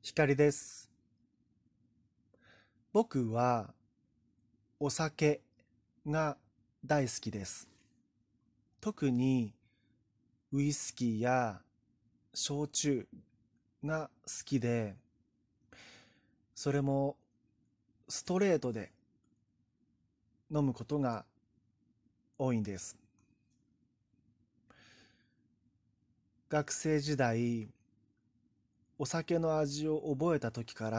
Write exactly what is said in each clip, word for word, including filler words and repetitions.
光です。僕はお酒が大好きです。特にウイスキーや焼酎が好きで、それもストレートで飲むことが多いんです。学生時代、お酒の味を覚えた時から、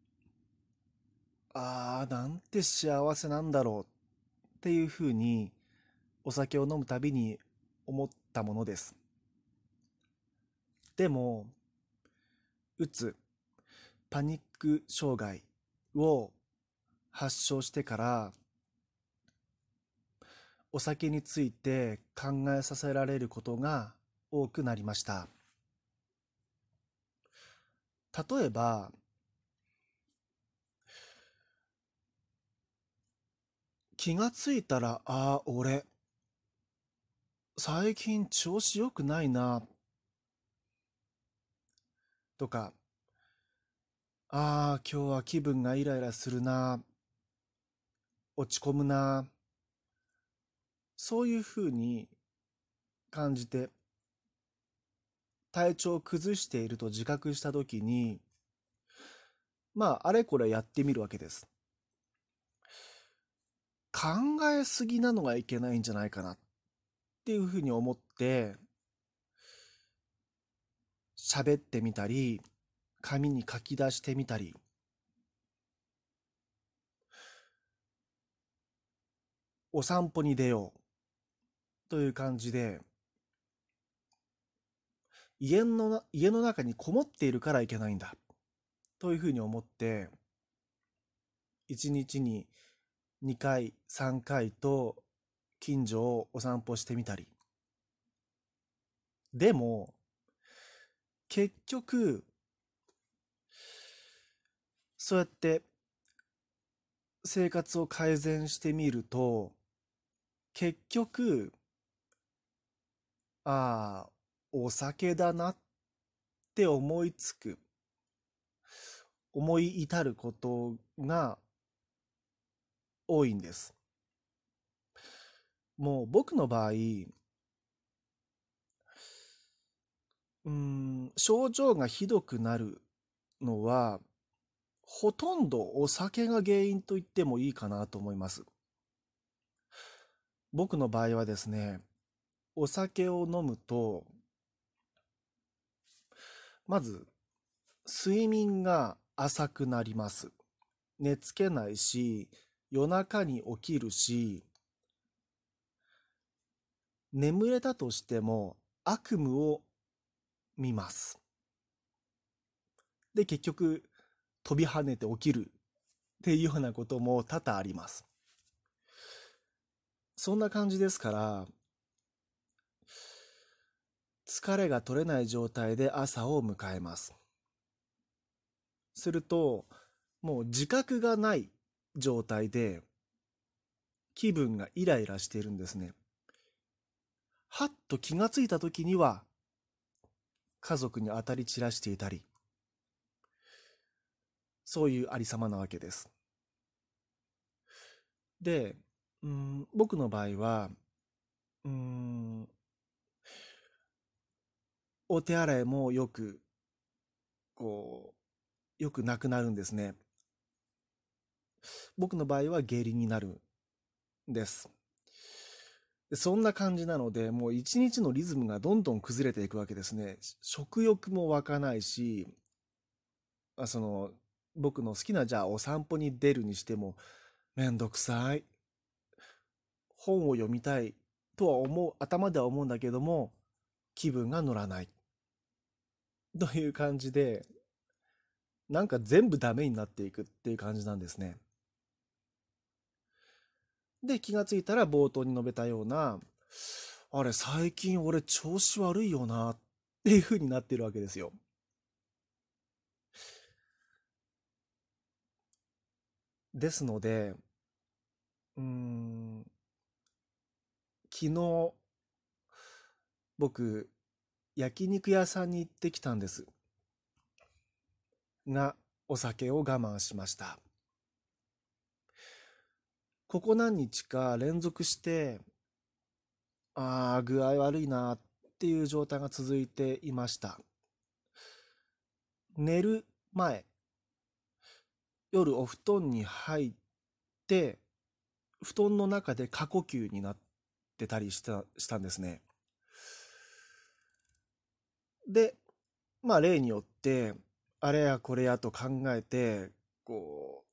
ああ、なんて幸せなんだろうっていうふうにお酒を飲むたびに思ったものです。でも、うつ、パニック障害を発症してからお酒について考えさせられることが多くなりました。例えば、気がついたら、ああ、俺、最近調子良くないな、とか、ああ、今日は気分がイライラするな、落ち込むな、そういうふうに感じて、体調を崩していると自覚したときに、まあ、あれこれやってみるわけです。考えすぎなのがいけないんじゃないかなっていうふうに思って喋ってみたり、紙に書き出してみたり、お散歩に出ようという感じで、家のな、家の中にこもっているからいけないんだというふうに思って、いちにちににかい、さんかいと近所をお散歩してみたり。でも、結局、そうやって生活を改善してみると、結局、ああ、お酒だなって思いつく、思い至ることが多いんです。もう僕の場合、うーん、症状がひどくなるのは、ほとんどお酒が原因と言ってもいいかなと思います。僕の場合はですね、お酒を飲むと、まず睡眠が浅くなります。寝つけないし、夜中に起きるし、眠れたとしても悪夢を見ます。で、結局、飛び跳ねて起きるっていうようなことも多々あります。そんな感じですから、疲れが取れない状態で朝を迎えます。すると、もう自覚がない状態で気分がイライラしているんですね。はっと気がついた時には家族に当たり散らしていたり、そういうありさまなわけです。で、うん、僕の場合は、うん、お手洗いもよく、こう、よくなくなるんですね。僕の場合は下痢になるんです。でそんな感じなので、もう一日のリズムがどんどん崩れていくわけですね。食欲も湧かないし、あその、僕の好きなじゃあお散歩に出るにしても、めんどくさい。本を読みたいとは思う、頭では思うんだけども、気分が乗らない。という感じで、なんか全部ダメになっていくっていう感じなんですね。で、気がついたら冒頭に述べたような、あれ、最近俺調子悪いよなっていう風になってるわけですよ。ですので、うーん、昨日僕、焼肉屋さんに行ってきたんです。 がお酒を我慢しました。ここ何日か連続して、ああ、具合悪いなっていう状態が続いていました。寝る前、夜お布団に入って、布団の中で過呼吸になってたりした、したんですね。で、まあ例によって、あれやこれやと考えて、こ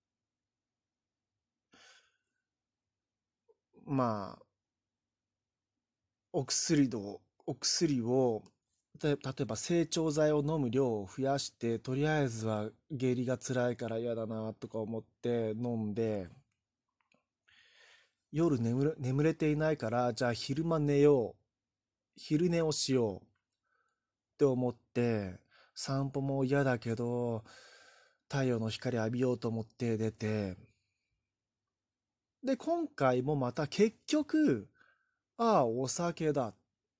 う、まあ、お薬を、お薬を、例えば整腸剤を飲む量を増やして、とりあえずは下痢が辛いから嫌だなとか思って飲んで、夜眠れ、眠れていないから、じゃあ昼間寝よう。昼寝をしようって思って、散歩も嫌だけど、太陽の光浴びようと思って出て、で、今回もまた結局、ああ、お酒だ。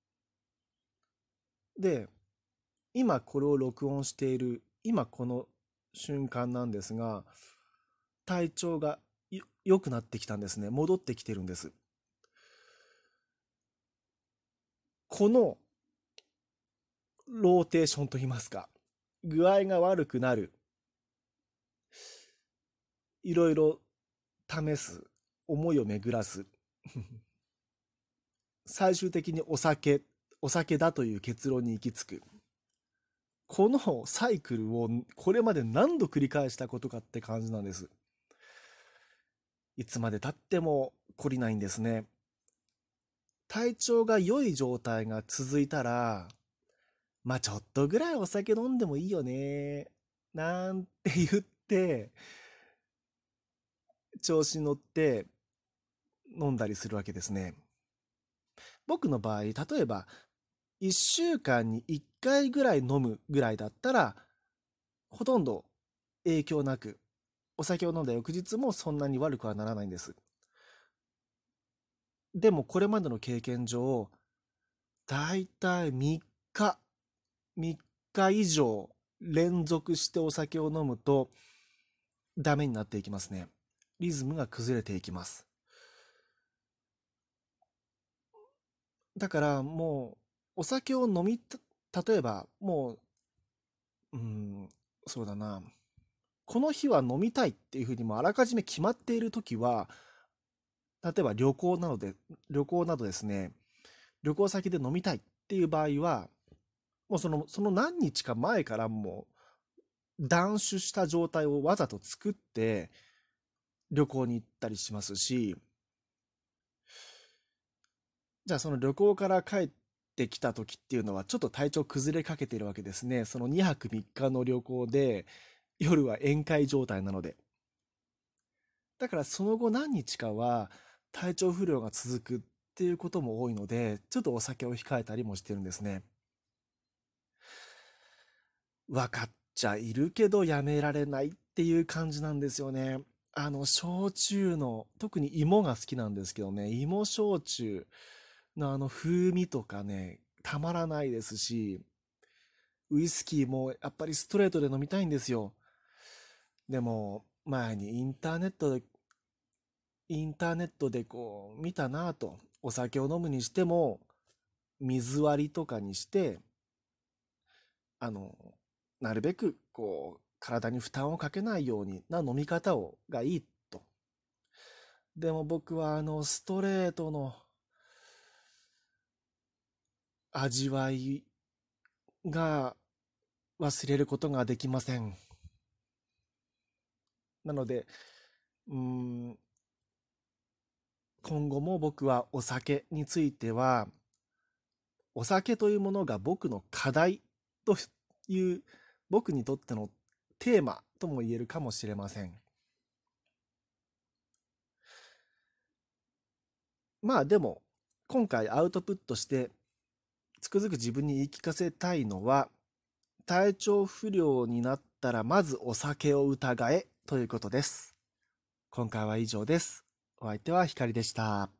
で、今これを録音している、今この瞬間なんですが、体調がよ良くなってきたんですね。戻ってきてるんです。このローテーションといいますか、具合が悪くなる、いろいろ試す、思いを巡らす、最終的にお酒、お酒だという結論に行き着く。このサイクルをこれまで何度繰り返したことかって感じなんです。いつまで経っても懲りないんですね。体調が良い状態が続いたら、まあちょっとぐらいお酒飲んでもいいよね、なんて言って、調子に乗って飲んだりするわけですね。僕の場合、例えば、いっしゅうかんにいっかいぐらい飲むぐらいだったら、ほとんど影響なく、お酒を飲んだ翌日もそんなに悪くはならないんです。でもこれまでの経験上、だいたいみっか、みっか以上連続してお酒を飲むとダメになっていきますね。リズムが崩れていきます。だからもう、お酒を飲みた、例えばもう、うん、そうだな、この日は飲みたいっていうふうにもあらかじめ決まっているときは、例えば旅行などで、旅行などですね、旅行先で飲みたいっていう場合は、もうその、その何日か前からもう断酒した状態をわざと作って旅行に行ったりしますし、じゃあその旅行から帰ってきた時っていうのはちょっと体調崩れかけてるわけですね。そのにはくみっかの旅行で夜は宴会状態なので。だからその後何日かは体調不良が続くっていうことも多いので、ちょっとお酒を控えたりもしてるんですね。分かっちゃいるけどやめられないっていう感じなんですよね。あの、焼酎の、特に芋が好きなんですけどね、芋焼酎のあの風味とかね、たまらないですし、ウイスキーもやっぱりストレートで飲みたいんですよ。でも、前にインターネットで、インターネットでこう見たなぁと、お酒を飲むにしても、水割りとかにして、あの、なるべくこう、体に負担をかけないようにな飲み方をがいいと。でも僕はあのストレートの味わいが忘れることができません。なので、うーん、今後も僕はお酒については、お酒というものが僕の課題という、僕にとってのテーマとも言えるかもしれません。まあでも、今回アウトプットしてつくづく自分に言い聞かせたいのは、体調不良になったらまずお酒を疑えということです。今回は以上です。お相手はひかりでした。